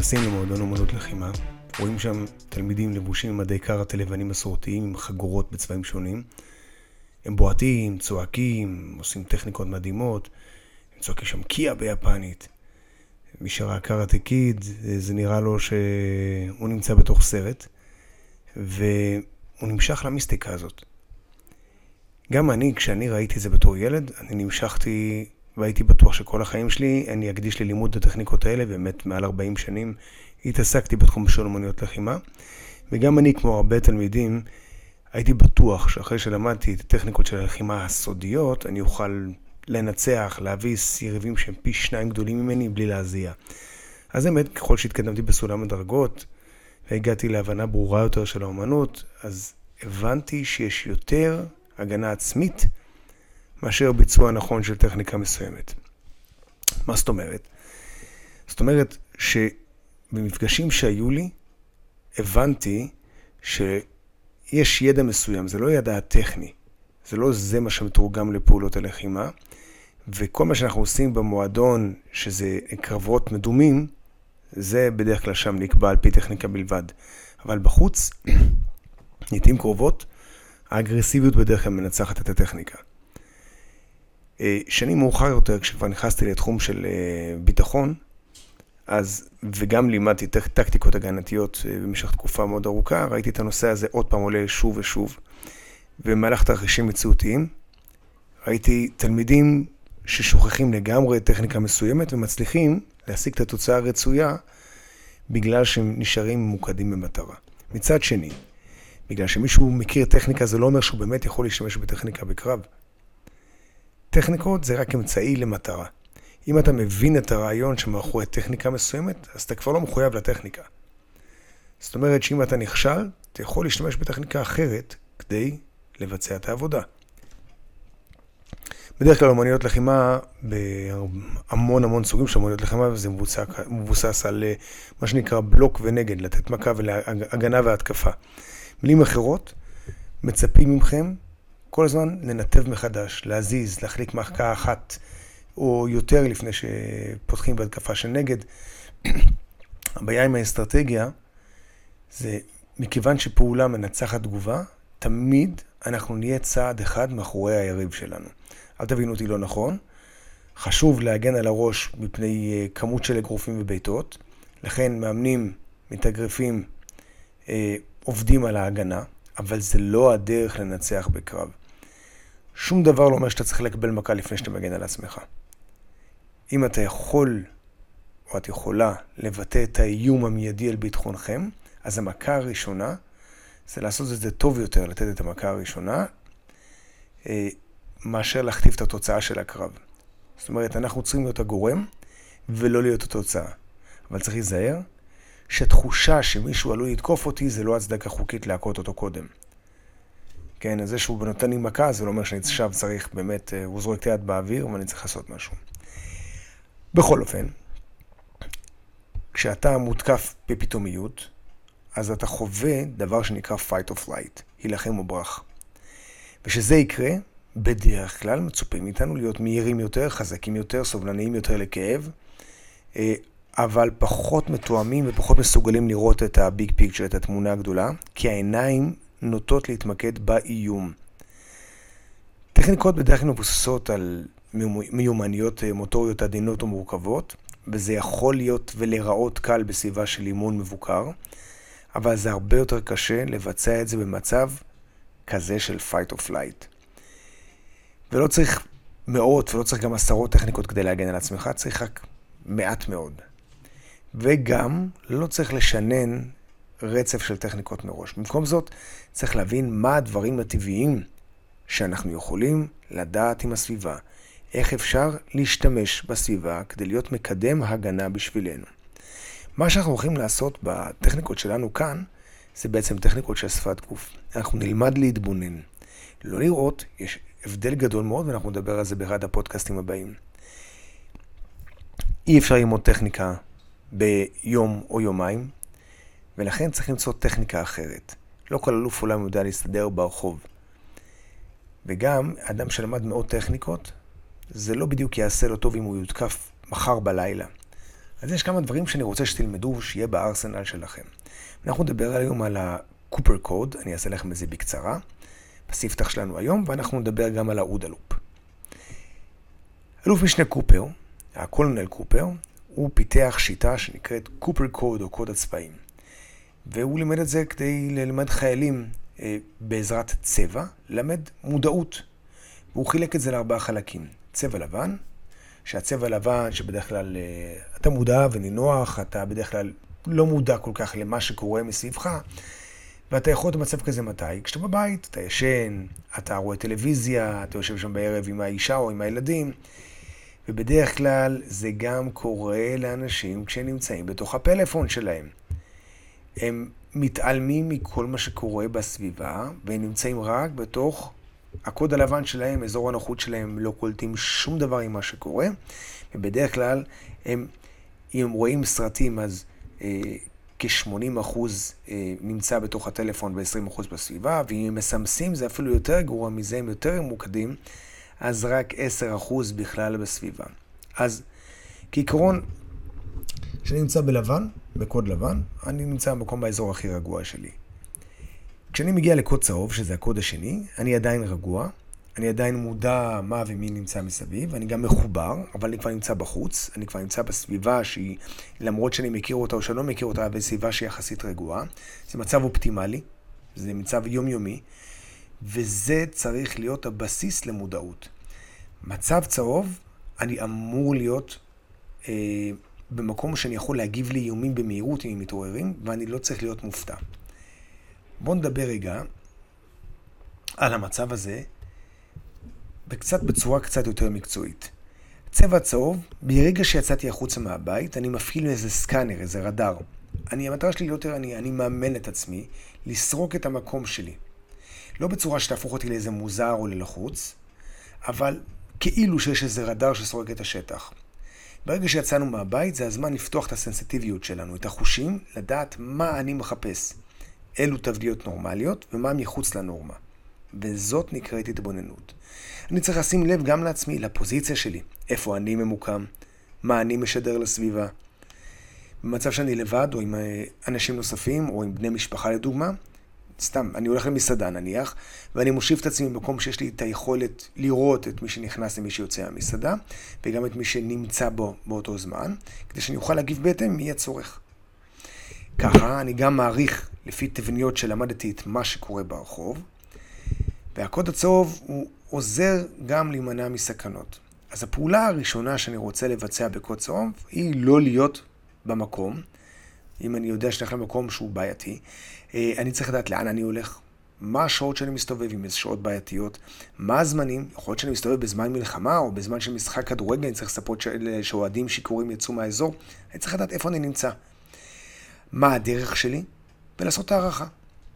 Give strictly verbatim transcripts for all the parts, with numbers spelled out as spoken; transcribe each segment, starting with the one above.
נכנסים למועדון אומנות לחימה, רואים שם תלמידים לבושים עם מדי קארטה לבנים מסורתיים עם חגורות בצבעים שונים. הם בועטים, צועקים, עושים טכניקות מדהימות, הם צועקים שם קיה ביפנית. מי שראה קארטה קיד, זה נראה לו שהוא נמצא בתוך סרט, והוא נמשך למיסטיקה הזאת. גם אני, כשאני ראיתי את זה בתור ילד, אני נמשכתי והייתי בטוח שכל החיים שלי אני אקדיש ללימוד הטכניקות האלה, באמת מעל ארבעים שנים התעסקתי בתחום של אומנויות לחימה, וגם אני, כמו הרבה תלמידים, הייתי בטוח שאחרי שלמדתי את הטכניקות של הלחימה הסודיות, אני אוכל לנצח, להביס יריבים שהם פי שניים גדולים ממני בלי להזיע. אז באמת, ככל שהתקדמתי בסולם הדרגות, והגעתי להבנה ברורה יותר של האומנות, אז הבנתי שיש יותר הגנה עצמית, מאשר ביצוע נכון של טכניקה מסוימת. מה זאת אומרת? זאת אומרת שבמפגשים שהיו לי, הבנתי שיש ידע מסוים, זה לא ידע טכני, זה לא זה מה שמתורגם לפעולות הלחימה, וכל מה שאנחנו עושים במועדון, שזה קרבות מדומים, זה בדרך כלל שם נקבע על פי טכניקה בלבד. אבל בחוץ, לעתים קרובות, האגרסיביות בדרך כלל מנצחת את הטכניקה. שנים מאוחר יותר, כשכבר נכנסתי לתחום של ביטחון, אז, וגם לימדתי טקטיקות הגנתיות במשך תקופה מאוד ארוכה, ראיתי את הנושא הזה עוד פעם עולה שוב ושוב. במהלך תרחישים מציאותיים, ראיתי תלמידים ששוכחים לגמרי טכניקה מסוימת ומצליחים להשיג את התוצאה הרצויה בגלל שהם נשארים ממוקדים במטרה. מצד שני, בגלל שמישהו מכיר טכניקה, זה לא אומר שהוא באמת יכול להשתמש בטכניקה בקרב. טכניקות זה רק אמצעי למטרה. אם אתה מבין את הרעיון שמאחורי טכניקה מסוימת, אז אתה כבר לא מחויב לטכניקה. זאת אומרת שאם אתה נכשל, אתה יכול להשתמש בטכניקה אחרת כדי לבצע את העבודה. בדרך כלל אומנויות לחימה, בהמון המון סוגים של אומנויות לחימה, וזה מבוסס על מה שנקרא בלוק ונגד, לתת מכה ולהגנה והתקפה. מילים אחרות, מצפים מכם כל הזמן לנתב מחדש, להזיז, להחליק מחכה אחת או יותר לפני שפותחים בהתקפה של נגד. הבעיה עם האסטרטגיה זה מכיוון שפעולה מנצחת תגובה, תמיד אנחנו נהיה צעד אחד מאחורי היריב שלנו. אל תבינו אותי לא נכון, חשוב להגן על הראש מפני כמות של אגרופים וביתות, לכן מאמנים, מתאגרפים, עובדים על ההגנה, אבל זה לא הדרך לנצח בקרב. שום דבר לא אומר שאתה צריך לקבל מכה לפני שאתה מגן על עצמך. אם אתה יכול או את יכולה לבטא את האיום המיידי על ביטחונכם, אז המכה הראשונה זה לעשות את זה טוב יותר, לתת את המכה הראשונה, מאשר להכתיב את התוצאה של הקרב. זאת אומרת, אנחנו צריכים להיות הגורם ולא להיות התוצאה. אבל צריך להיזהר שתחושה שמישהו עלול לתקוף אותי זה לא הצדקה חוקית להכות אותו קודם. כן, אז זה שהוא נותן לי מכה, זה לא אומר שאני עכשיו צריך באמת, הוא זורק את היד באוויר ואני צריך לעשות משהו. בכל אופן, כשאתה מותקף בפתאומיות, אז אתה חווה דבר שנקרא fight or flight, הילחם או ברח. ושזה יקרה, בדרך כלל מצופים מאיתנו להיות מהירים יותר, חזקים יותר, סובלניים יותר לכאב, אבל פחות מתואמים ופחות מסוגלים לראות את הביג פיקצ'ר, את התמונה הגדולה, כי העיניים נוטות להתמקד באיום. טכניקות בדרך כלל מבוססות על מיומנויות מוטוריות עדינות ומורכבות, וזה יכול להיות ולראות קל בסביבה של אימון מבוקר, אבל זה הרבה יותר קשה לבצע את זה במצב כזה של fight or flight. ולא צריך מאות ולא צריך גם עשרות טכניקות כדי להגן על עצמך, צריך רק מעט מאוד. וגם לא צריך לשנן רצף של טכניקות מראש. במקום זאת, צריך להבין מה הדברים הטבעיים שאנחנו יכולים לדעת עם הסביבה. איך אפשר להשתמש בסביבה כדי להיות מקדם הגנה בשבילנו. מה שאנחנו הולכים לעשות בטכניקות שלנו כאן, זה בעצם טכניקות של שפת גוף. אנחנו נלמד להתבונן. לא לראות, יש הבדל גדול מאוד, ואנחנו נדבר על זה באחד הפודקאסטים הבאים. אי אפשר ללמוד טכניקה ביום או יומיים, ולכן צריך למצוא טכניקה אחרת. לא כל אלוף עולם יודע להסתדר ברחוב. וגם, אדם שלמד מאות טכניקות, זה לא בדיוק יעשה לו טוב אם הוא יותקף מחר בלילה. אז יש כמה דברים שאני רוצה שתלמדו שיהיה בארסנל שלכם. אנחנו נדבר היום על הקופר קוד, אני אעשה לכם את זה בקצרה, בספתח שלנו היום, ואנחנו נדבר גם על האודה לופ. אלוף משנה קופר, הקולונל קופר, הוא פיתח שיטה שנקראת קופר קוד או קוד הצבעים. והוא לימד את זה כדי ללמד חיילים אה, בעזרת צבע, למד מודעות. והוא חילק את זה לארבעה חלקים. צבע לבן, שהצבע לבן שבדרך כלל אה, אתה מודע ונינוח, אתה בדרך כלל לא מודע כל כך למה שקורה מסביבך, ואתה יכול להיות במצב כזה מתי? כשאתה בבית, אתה ישן, אתה רואה טלוויזיה, אתה יושב שם בערב עם האישה או עם הילדים, ובדרך כלל זה גם קורה לאנשים כשהם נמצאים בתוך הפלאפון שלהם. הם מתעלמים מכל מה שקורה בסביבה, והם נמצאים רק בתוך הקוד הלבן שלהם, אזור הנוחות שלהם, לא קולטים שום דבר עם מה שקורה, ובדרך כלל הם, אם הם רואים סרטים, אז אה, כ-שמונים אחוז אה, נמצא בתוך הטלפון ו-עשרים אחוז בסביבה, ואם הם מסמסים זה אפילו יותר גרוע מזה, הם יותר מוקדים, אז רק עשרה אחוז בכלל בסביבה. אז כעיקרון, כשאני נמצא בלבן, בקוד לבן, אני נמצא במקום באזור הכי רגוע שלי. כשאני מגיע לקוד צהוב, שזה הקוד השני, אני עדיין רגוע, אני עדיין מודע מה ומי נמצא מסביב, אני גם מחובר, אבל אני כבר נמצא בחוץ, אני כבר נמצא בסביבה שהיא, למרות שאני מכיר אותה או שאני לא מכיר אותה, בסביבה שהיא יחסית רגועה. זה מצב אופטימלי, זה מצב יומיומי, וזה צריך להיות הבסיס למודעות. מצב צהוב, אני אמור להיות אה, במקום שאני יכול להגיב לאיומים במהירות אם הם מתעוררים, ואני לא צריך להיות מופתע. בואו נדבר רגע על המצב הזה, בקצת בצורה קצת יותר מקצועית. צבע צהוב, ברגע שיצאתי החוצה מהבית, אני מפעיל איזה סקאנר, איזה רדאר. אני, המטרה שלי יותר, אני, אני מאמן את עצמי, לסרוק את המקום שלי. לא בצורה שתהפוך אותי לאיזה מוזר או ללחוץ, אבל כאילו שיש איזה רדאר שסורק את השטח. ברגע שיצאנו מהבית, זה הזמן לפתוח את הסנסיטיביות שלנו, את החושים, לדעת מה אני מחפש. אילו תבדיות נורמליות ומה מחוץ לנורמה. וזאת נקראת התבוננות. אני צריך לשים לב גם לעצמי, לפוזיציה שלי, איפה אני ממוקם, מה אני משדר לסביבה. במצב שאני לבד או עם אנשים נוספים או עם בני משפחה לדוגמה, סתם, אני הולך למסעדה נניח, ואני מושיב את עצמי במקום שיש לי את היכולת לראות את מי שנכנס למי שיוצא מהמסעדה, וגם את מי שנמצא בו באותו זמן, כדי שאני אוכל להגיב בהתאם מי הצורך. ככה אני גם מעריך לפי תבניות שלמדתי את מה שקורה ברחוב, והקוד הצהוב הוא עוזר גם להימנע מסכנות. אז הפעולה הראשונה שאני רוצה לבצע בקוד צהוב היא לא להיות במקום. אם אני יודע שאני הולך למקום שהוא בעייתי, אני צריך לדעת לאן אני הולך, מה השעות שאני מסתובב, עם איזה שעות בעייתיות, מה הזמנים, יכול להיות שאני מסתובב בזמן מלחמה או בזמן של משחק כדורגל, אני צריך לספות שאוהדים שיכורים יצאו מהאזור, אני צריך לדעת איפה אני נמצא. מה הדרך שלי, ולעשות הערכה.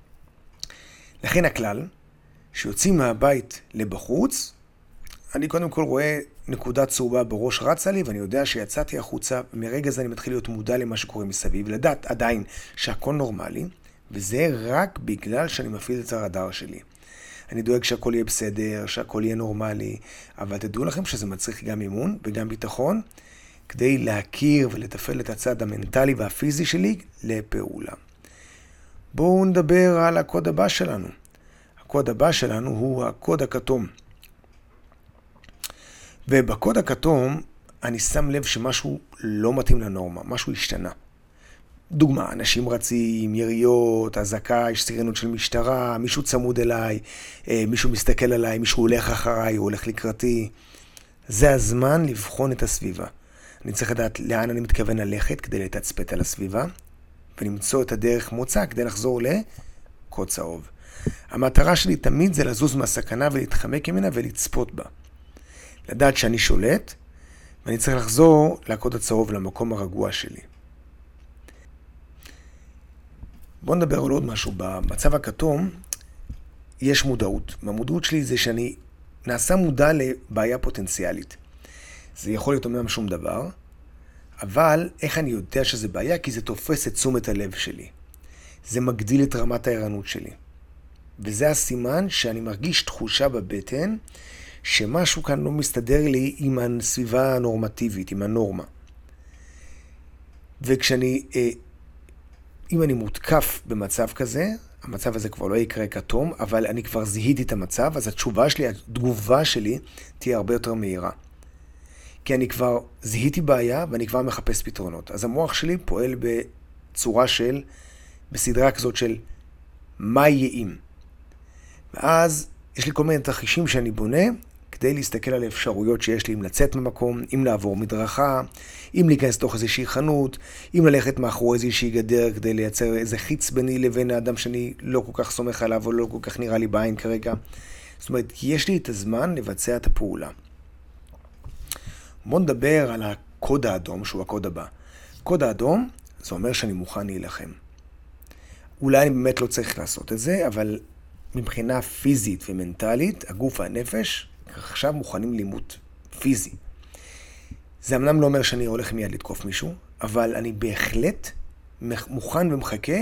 לכן הכלל, שיוצאים מהבית לבחוץ, אני קודם כל רואה נקודה צהובה בראש רצה לי, ואני יודע שיצאתי החוצה, ומרגע זה אני מתחיל להיות מודע למה שקורה מסביב, לדעת עדיין שהכל נורמלי, וזה רק בגלל שאני מפעיל את הרדאר שלי. אני דואג שהכל יהיה בסדר, שהכל יהיה נורמלי, אבל תדעו לכם שזה מצריך גם אימון וגם ביטחון, כדי להכיר ולטפל את הצד המנטלי והפיזי שלי לפעולה. בואו נדבר על הקוד הבא שלנו. הקוד הבא שלנו הוא הקוד הכתום. ובקוד הכתום אני שם לב שמשהו לא מתאים לנורמה, משהו השתנה. דוגמה, אנשים רצים, יריות, הזקה, יש סרנות של משטרה, מישהו צמוד אליי, מישהו מסתכל עליי, מישהו הולך אחריי, הוא הולך לקראתי. זה הזמן לבחון את הסביבה. אני צריך לדעת לאן אני מתכוון ללכת כדי לתצפת על הסביבה, ולמצוא את הדרך מוצא כדי לחזור לקוד צהוב. המטרה שלי תמיד זה לזוז מהסכנה ולהתחמק ממנה ולצפות בה. לדעת שאני שולט, ואני צריך לחזור לקוד הצהוב, למקום הרגוע שלי. בואו נדבר על עוד משהו. במצב הכתום יש מודעות. המודעות שלי זה שאני נעשה מודע לבעיה פוטנציאלית. זה יכול להיות אומנם שום דבר, אבל איך אני יודע שזה בעיה? כי זה תופס את תשומת הלב שלי. זה מגדיל את רמת הערנות שלי. וזה הסימן שאני מרגיש תחושה בבטן שמשהו כאן לא מסתדר לי עם הסביבה הנורמטיבית, עם הנורמה. וכשאני, אם אני מותקף במצב כזה, המצב הזה כבר לא יקרה כתום, אבל אני כבר זיהיתי את המצב, אז התשובה שלי, התגובה שלי, תהיה הרבה יותר מהירה. כי אני כבר זיהיתי בעיה, ואני כבר מחפש פתרונות. אז המוח שלי פועל בצורה של, בסדרה כזאת של מה יהיה אם. ואז יש לי כל מיני תרחישים שאני בונה, כדי להסתכל על האפשרויות שיש לי, אם לצאת ממקום, אם לעבור מדרכה, אם להיכנס לתוך איזושהי חנות, אם ללכת מאחורי איזושהי גדר כדי לייצר איזה חיץ ביני לבין האדם שאני לא כל כך סומך עליו או לא כל כך נראה לי בעין כרגע. זאת אומרת, יש לי את הזמן לבצע את הפעולה. בוא נדבר על הקוד האדום, שהוא הקוד הבא. קוד האדום, זה אומר שאני מוכן להילחם. אולי אני באמת לא צריך לעשות את זה, אבל מבחינה פיזית ומנטלית, הגוף והנפש עכשיו מוכנים לימות פיזי. זה אמנם לא אומר שאני הולך מיד לתקוף מישהו, אבל אני בהחלט מוכן ומחכה,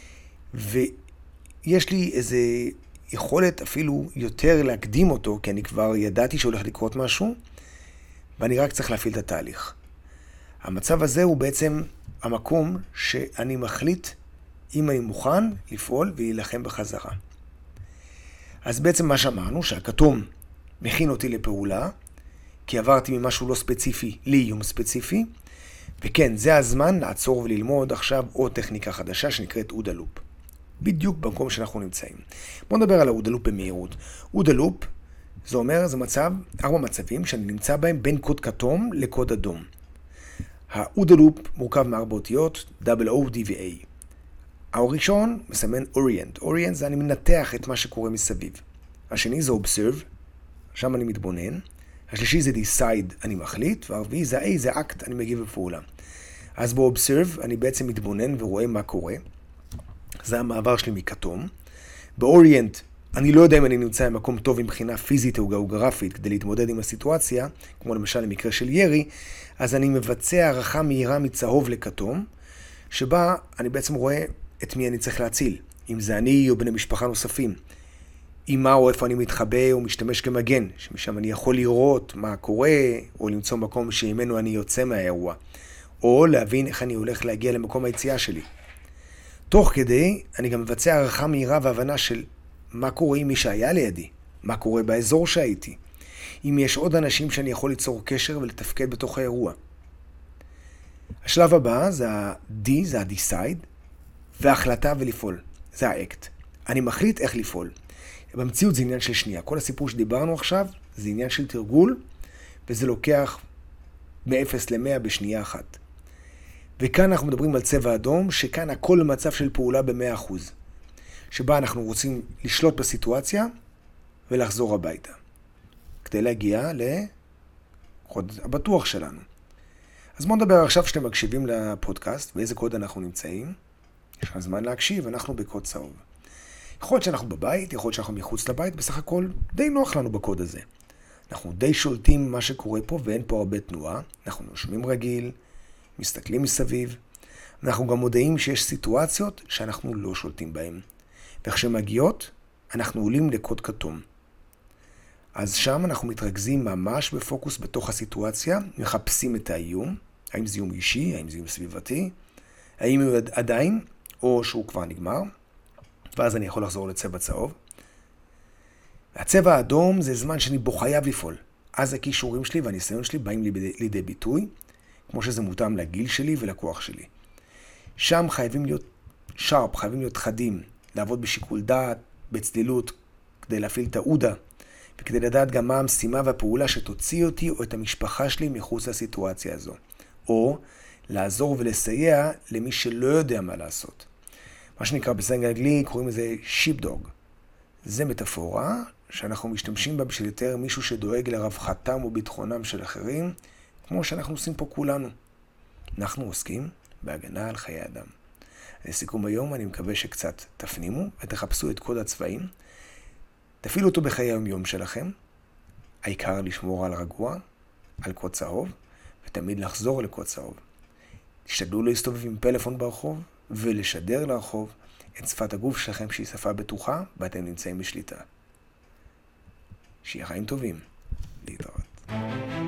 ויש לי איזו יכולת אפילו יותר להקדים אותו, כי אני כבר ידעתי שהולך לקרות משהו, ואני רק צריך להפעיל את התהליך. המצב הזה הוא בעצם המקום שאני מחליט אם אני מוכן לפעול ולהילחם בחזרה. אז בעצם מה שאמרנו, שהכתום מכין אותי לפעולה, כי עברתי ממשהו לא ספציפי לאיום ספציפי, וכן, זה הזמן לעצור וללמוד עכשיו עוד טכניקה חדשה שנקראת אודה לופ. בדיוק במקום שאנחנו נמצאים. בואו נדבר על האודה לופ במהירות. אודה לופ, זה אומר, זה מצב, ארבע מצבים שאני נמצא בהם בין קוד כתום לקוד אדום. האודה לופ מורכב מארבע אותיות, O, D ו-A. הראשון מסמן אוריינט. אוריינט זה אני מנתח את מה שקורה מסביב. השני זה observe, שם אני מתבונן. השלישי זה decide, אני מחליט. והרביעי זה A, זה act, אני מגיב בפעולה. אז ב-observe אני בעצם מתבונן ורואה מה קורה. זה המעבר שלי מכתום. ב-orient אני לא יודע אם אני נמצא במקום טוב מבחינה פיזית או גיאוגרפית כדי להתמודד עם הסיטואציה, כמו למשל למקרה של ירי, אז אני מבצע הערכה מהירה מצהוב לכתום, שבה אני בעצם רואה את מי אני צריך להציל. אם זה אני או בני משפחה נוספים. עם מה או איפה אני מתחבא או משתמש כמגן, שמשם אני יכול לראות מה קורה, או למצוא מקום שימנו אני יוצא מהאירוע. או להבין איך אני הולך להגיע למקום היציאה שלי. תוך כדי, אני גם מבצע הערכה מהירה והבנה של מה קורה עם מי שהיה לידי, מה קורה באזור שהייתי, אם יש עוד אנשים שאני יכול ליצור קשר ולתפקד בתוך האירוע. השלב הבא זה ה-D, זה ה-decide, וההחלטה ולפעול, זה ה-act. אני מחליט איך לפעול. במציאות זה עניין של שנייה. כל הסיפור שדיברנו עכשיו זה עניין של תרגול, וזה לוקח מ-אפס ל-מאה בשנייה אחת. וכאן אנחנו מדברים על צבע אדום, שכאן הכל במצב של פעולה ב-מאה אחוז. שבה אנחנו רוצים לשלוט בסיטואציה ולחזור הביתה. כדי להגיע לחוד הבטוח שלנו. אז בואו נדבר עכשיו שאתם מקשיבים לפודקאסט, באיזה קוד אנחנו נמצאים. יש לך זמן להקשיב, אנחנו בקוד צהוב. יכול להיות שאנחנו בבית, יכול להיות שאנחנו מחוץ לבית, בסך הכל די נוח לנו בקוד הזה. אנחנו די שולטים מה שקורה פה ואין פה הרבה תנועה. אנחנו נושמים רגיל, מסתכלים מסביב. אנחנו גם מודעים שיש סיטואציות שאנחנו לא שולטים בהן. וכשמגיעות, אנחנו עולים לקוד כתום. אז שם אנחנו מתרכזים ממש בפוקוס בתוך הסיטואציה, מחפשים את האיום, האם זה איום אישי, האם זה איום סביבתי, האם הוא עדיין, או שהוא כבר נגמר, ואז אני יכול לחזור לצבע צהוב. הצבע האדום זה זמן שאני בו חייב לפעול. אז הכישורים שלי והניסיון שלי באים לידי ביטוי, כמו שזה מותאם לגיל שלי ולכוח שלי. שם חייבים להיות שרפ, חייבים להיות חדים, לעבוד בשיקול דעת, בצלילות, כדי להפעיל את האודה, וכדי לדעת גם מה המשימה והפעולה שתוציא אותי או את המשפחה שלי מחוץ לסיטואציה הזו. או לעזור ולסייע למי שלא יודע מה לעשות. מה שנקרא בסלנג אנגלי, קוראים לזה שיפדוג. זה מטאפורה שאנחנו משתמשים בה בשביל יותר מישהו שדואג לרווחתם וביטחונם של אחרים, כמו שאנחנו עושים פה כולנו. אנחנו עוסקים בהגנה על חיי אדם. לסיכום היום, אני מקווה שקצת תפנימו ותחפשו את קוד הצבעים. תפעילו אותו בחיי היום שלכם. העיקר לשמור על רגוע, על קוד צהוב, ותמיד לחזור לקוד צהוב. תשתדלו להסתובב עם פלאפון ברחוב, ולשדר לרחוב את שפת הגוף שלכם שהיא שפה בטוחה, ואתם נמצאים בשליטה. שיהיה חיים טובים. להתראות.